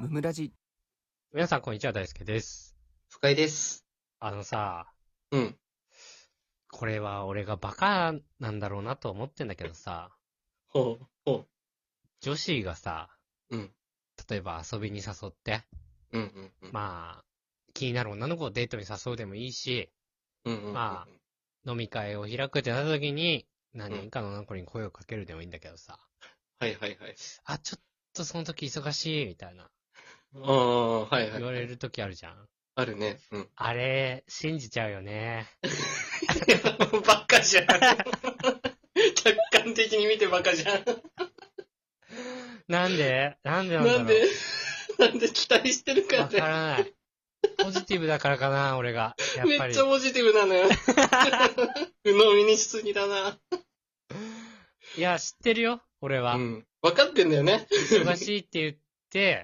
ムムラジ。 皆さん、こんにちは。大輔です。 深井です。 さ、 うん。 これは俺がバカなんだろうなと思ってんだけどさ、 ほう、ほ女子がさ、 う。うん。 例えば遊びに誘って、 うんうんうん。 まあ、気になる女の子をデートに誘うでもいいし、 うんうんうんうん。 ま飲み会を開くってなった時に、何人かの女の子に声をかけるでもいいんだけどさ、 はいはいはい。 ちょっとその時忙しい、みたいな、 ああ、はいはいはい。 言われる時あるじゃん。 あるね。うん。 あれ、信じちゃうよね。 いや、バカじゃん。客観的に見てバカじゃん。 なんでなんだろう。 なんで期待してるからわからない。ポジティブだからかな、俺が。やっぱり。 めっちゃポジティブなのよ。鵜呑みにしすぎだな。 いや、知ってるよ、俺は。 うん。分かってんだよね。 忙しいって言って、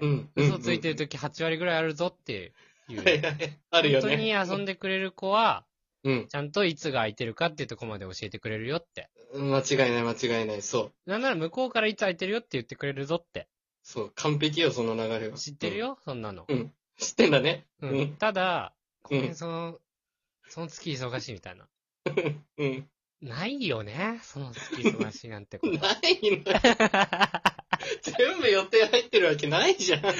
うん。 嘘ついてる時8割ぐらいあるぞっていう。 はいはい。あるよね。 本当に遊んでくれる子は、 うん。 ちゃんといつが空いてるかっていうとこまで教えてくれるよって。 間違いない間違いない。そう。 なんなら向こうからいつ空いてるよって言ってくれるぞって。 そう。完璧よ、その流れは。 知ってるよ、そんなの。 うん。知ってんだね。 う。 うんん。 ただ、ごめうんん、その月忙しいみたいな。 うん。 ないよね、その月忙しいなんてこと。 ないのよ。全部予定入ってるわけないじゃん。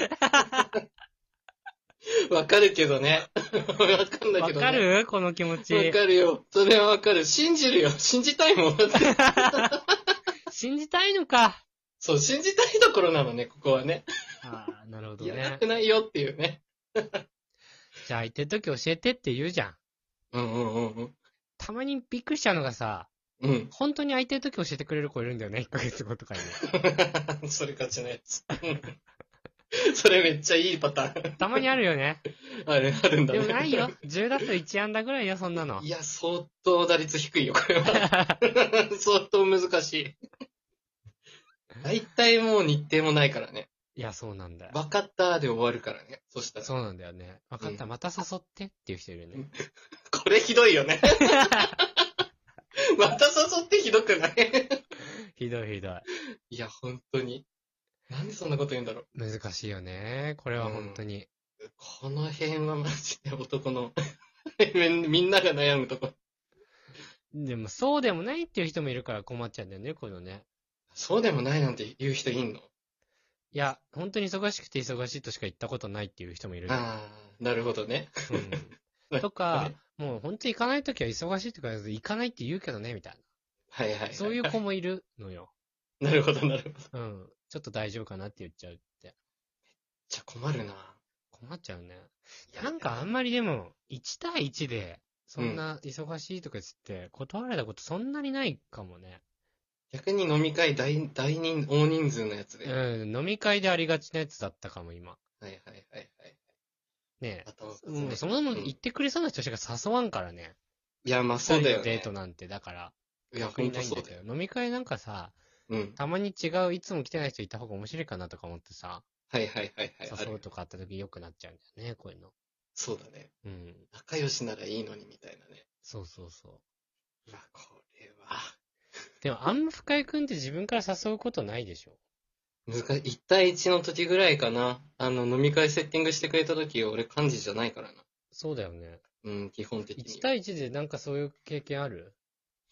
わかるけどね。わかんだわけどね。 かるこの気持ち。 わかるよ。それはわかる。信じるよ。信じたいもん。 信じたいのか。 そう、信じたいところなのね、ここはね。 なるほどやらなね。 くないよっていうね。 じゃあ空いてる時教えてって言うじゃん。 うんうんうんうん。 たまにびっくりしちゃうのがさ、 うん。 本当に空いてる時教えてくれる子いるんだよね、1ヶ月後とかに。 それ勝ちのやつ。それめっちゃいいパターン。 たまにあるよね。 あるんだね。 でもないよ。10だと1安打ぐらいよ、そんなの。 いや、相当打率低いよ、これは。相当難しい。大体もう日程もないからね。 いや、そうなんだよ。 わかったで終わるからね。そしたら。 そうなんだよね。分かった、また誘ってっていう人いるよね。 これひどいよね。また誘ってひどくないひどいひどい。 いや、本当に。なんでそんなこと言うんだろう。 難しいよね。これは本当に。 この辺はマジで男のみんなが悩むとこ。 でもそうでもないっていう人もいるから困っちゃうんだよね、こういうのね。 そうでもないなんて言う人いんの？ いや、本当に忙しくて忙しいとしか言ったことないっていう人もいる。 ああ、なるほどね。 うん。とか、もう本当に行かないときは忙しいとか行かないって言うけどね、みたいはいはいはい、はな。 い。 そういう子もいるのよ。 なるほどなるほど。 うん。ちょっと大丈夫かなって言っちゃうって。 じゃ困るな。 困っちゃうね。なんかあんまりでも、1対1で、そんな忙しいとか言って断られたことそんなにないかもね。 逆に飲み会大人数のやつで。 うん、飲み会でありがちなやつだったかも、今。 はいはいはいはい。 ねあと、 え。そもそも言ってくれそうな人しか誘わんからね。 いや、まあそうだよね。 デートなんて、だから。 いや、 特にないんそうだよ。 飲み会なんかさ、たまに違う、いつも来てない人いた方が面白いかなとか思ってさ。 はいはいはいはい。 誘うとかあった時良くなっちゃうんだよね、こういうの。 そうだね。 うん。 仲良しならいいのにみたいなね。 そうそうそう。 いや、これは。 でも、あんま深井くんって自分から誘うことないでしょ？ 1対1の時ぐらいかな。飲み会セッティングしてくれた時、俺幹事じゃないからな。 そうだよね。 うん、基本的に。 1対1でなんかそういう経験ある？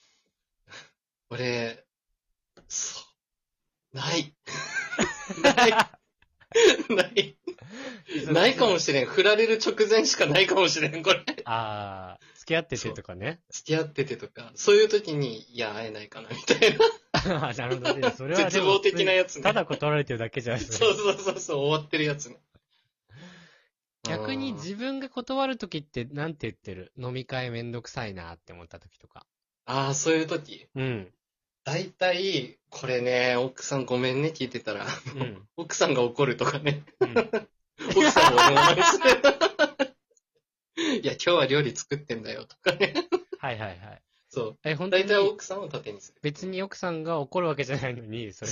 俺、ない。ない。ない。ないかもしれん。振られる直前しかないかもしれん、これ。 付き合っててとかね。 付き合っててとか、そういう時に、いや、会えないかな、みたいな。 なるほどね。それは絶望的なやつね。 ただ断られてるだけじゃないですか。 そう、終わってるやつね。 逆に自分が断る時ってなんて言ってる？飲み会めんどくさいなって思った時とか。 ああ、そういう時。 うん。 大体、これね、奥さんごめんね、聞いてたら。 うん。 奥さんが怒るとかね。 うん、 奥さんをお願いする。いや、今日は料理作ってんだよ、とかね。 はいはいはい。 そう。 本当に大体奥さんを盾にする。 別に奥さんが怒るわけじゃないのに、 そう。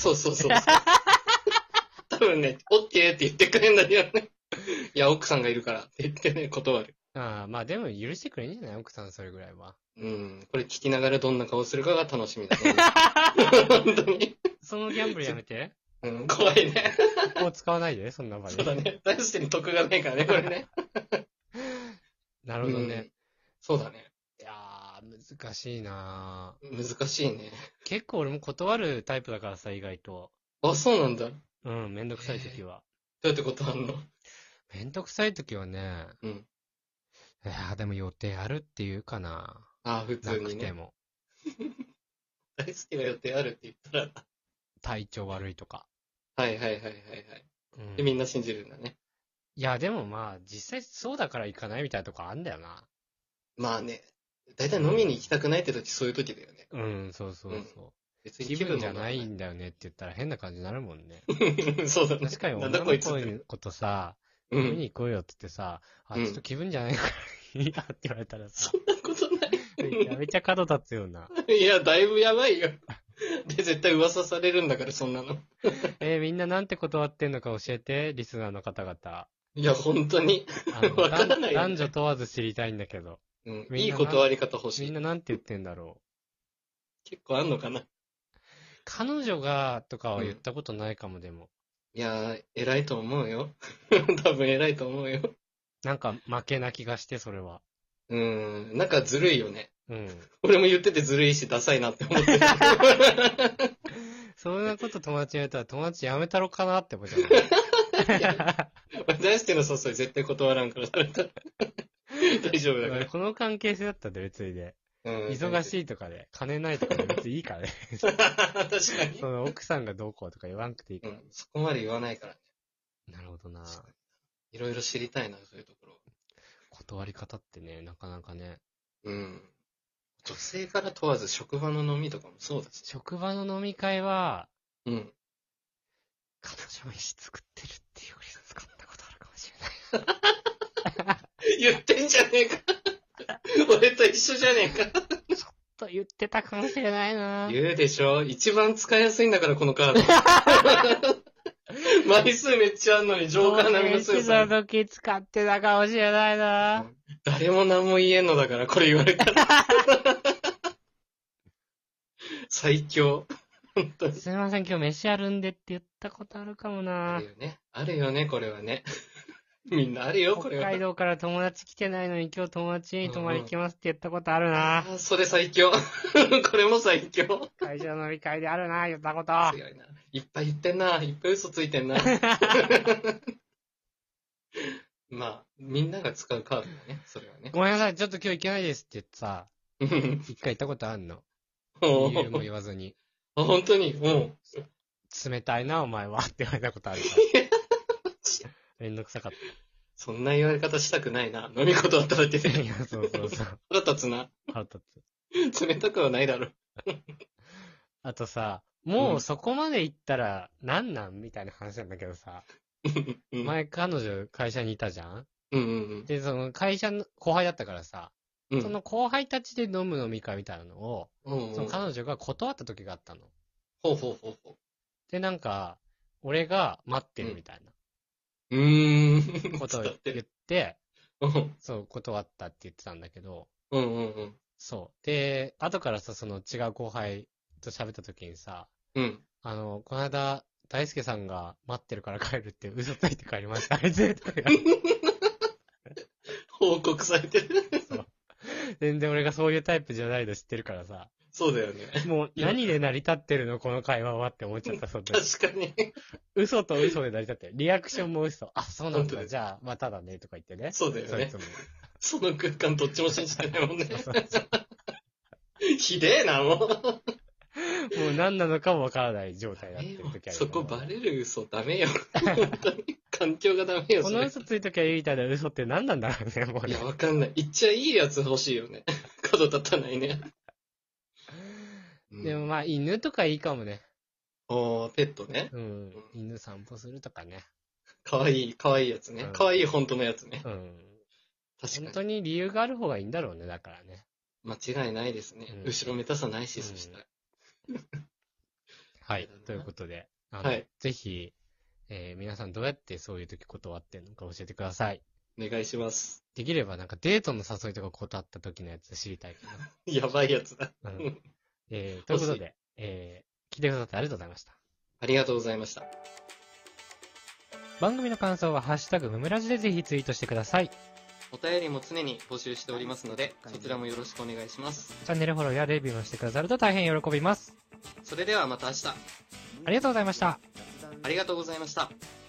多分ね、オッケーって言ってくれんだよね。いや、奥さんがいるからって言ってね、断る。 まあでも許してくれんじゃない？奥さんそれぐらいは。 うん。これ聞きながらどんな顔するかが楽しみだね。本当に。 そのギャンブルやめて。 うん、怖いね。 ここを使わないで、そんな場で。 そうだね。大してに得がないからね、これね。 なるほどね。 うん。そうだね。 いやー、難しいな難しいね。 結構俺も断るタイプだからさ、意外と。 あ、そうなんだ。 うん、めんどくさい時は。 どうやってことあんの？ めんどくさい時はね、 うん。 いやーでも予定あるっていうかな。 あ、普な通にね。 くても。 大好きな予定あるって言ったら、 体調悪いとか。 はいはいはいはいはい。で、 うん。 みんな信じるんだね。 いや、でもまあ、実際そうだから行かないみたいなとこあんだよな。 まあね、だいたい飲みに行きたくないって時、そういう時だよね。 うん、そうそうそう。 別に気分じゃないんんだよねって言ったら変な感じになるもんね。 そうだね。 確かになんだ女の子こいつって。 のことさ、飲みうん。 に行こうよって言ってさ、あ、 うんちょっと気分じゃないからいいやって言われたらさ、 そんなことなめちゃめちゃ角立つような。 い。いや、だいぶやばいよ。で、絶対噂されるんだから、そんなの。 みんななんて断ってんのか教えて、リスナーの方々。 いや、本当に。わからないよね男女問わず知りたいんだけど。 うん。 みんないい断り方欲しい。 みんななんて言ってんだろう。 結構あんのかな。 彼女がとかは言ったことないかも、でも。 いやー、偉いと思うよ。多分偉いと思うよ。 なんか負けな気がして、それは。 なんかずるいよね。 うん。 俺も言っててずるいし、ダサいなって思ってた。 そんなこと友達に言われたら友達やめたろかなって思っちゃう。 大しての誘い絶対断らんから、大丈夫だから。 この関係性だったら別にね、忙しい。 いとかで、金ないとかで別にいいからね。 確かに。 その奥さんがどうこうとか言わんくていいから。 そこまで言わないからね。 なるほどな。 いろいろ知りたいな、そういうところ。 断り方ってね、なかなかね。 女性から問わず職場の飲みとかもそうだし。 職場の飲み会は、 うん。 彼女飯作ってるっていうより使ったことあるかもしれない。 言ってんじゃねえか。俺と一緒じゃねえか。 と言ってたかもしれないな。 言うでしょ。一番使いやすいんだから、このカード。枚数めっちゃあんのに、ジョーカー並みの強さ。 の時使ってたかもしれないな。 誰も何も言えんのだから、これ言われたら。最強。本当に。 すみません、今日飯あるんでって言ったことあるかもあなる。よね。あるよね、これはね。みんなあるよ、これは。 北海道から友達来てないのに今日友達に泊まり来ますって言ったことあるな。 それ最強。これも最強。 会社飲み会であるな、言ったこと。 強いな。いっぱい言ってんな。いっぱい嘘ついてんな。まあ、みんなが使うカードだね、それはね。 ごめんなさい、ちょっと今日行けないですって言ってさ、一回行ったことあんの。理由も言わずに。 あ、本当に冷たいな、お前はって言われたことあるから。めんどくさかっそんな言われ方したくないな。飲み断っただけた。いで。 や、そうそうそう。 腹立つな。 腹立つ。 冷たくはないだろ。 あとさ、もうそこまで行ったら、なんなんみたいな話なんだけどさ、前彼女会社にいたじゃんで、その会社の後輩だったからさ、その後輩たちで飲む飲み会みたいなのを、その彼女が断った時があったの。 ほうほうほうほう。 で、なんか、俺が待ってるみたいなことを言って、そう、断ったって言ってたんだけど、そう。で、後からさ、その違う後輩と喋った時にさ、この間、大輔さんが待ってるから帰るって嘘ついて帰りました。あいつ報告されてる。 そう。全然俺がそういうタイプじゃないの知ってるからさ。 そうだよね。 もう何で成り立ってるのこの会話はって思っちゃった、その時。 確かに。 嘘と嘘で成り立ってる。リアクションも嘘。あ、そうなんだ。じゃあ、まただね、とか言ってね。 そうだよね。 そいつもその空間どっちも信じてないもんね。 そうそうそうひでえな、もう。 もう何なのかもわからない状態になってる時ある。 そこバレる嘘ダメよ。本当に。環境がダメよ、 この嘘ついときゃいいみたいな嘘って何なんだろうね、もうね。 いや、わかんない。言っちゃいいやつ欲しいよね。角立たないね。 でもまあ、犬とかいいかもね。 ペットね。 犬散歩するとかね。 かわいいやつね。かわいい本当のやつね。確かに。 本当に理由がある方がいいんだろうね、だからね。 間違いないですね。後ろめたさないし、そしたら。 はい。ということで、ぜひ、皆さんどうやってそういう時断ってんのか教えてください。 お願いします。 できればなんかデートの誘いとか断った時のやつ知りたいけど。 やばいやつだ。 ということで、聞いてくださってありがとうございました。 はい。 ありがとうございました。 番組の感想はハッシュタグムムラジでぜひツイートしてください。 お便りも常に募集しておりますので、そちらもよろしくお願いします。 チャンネルフォローやレビューもしてくださると大変喜びます。 それではまた明日。 ありがとうございました。 ありがとうございました。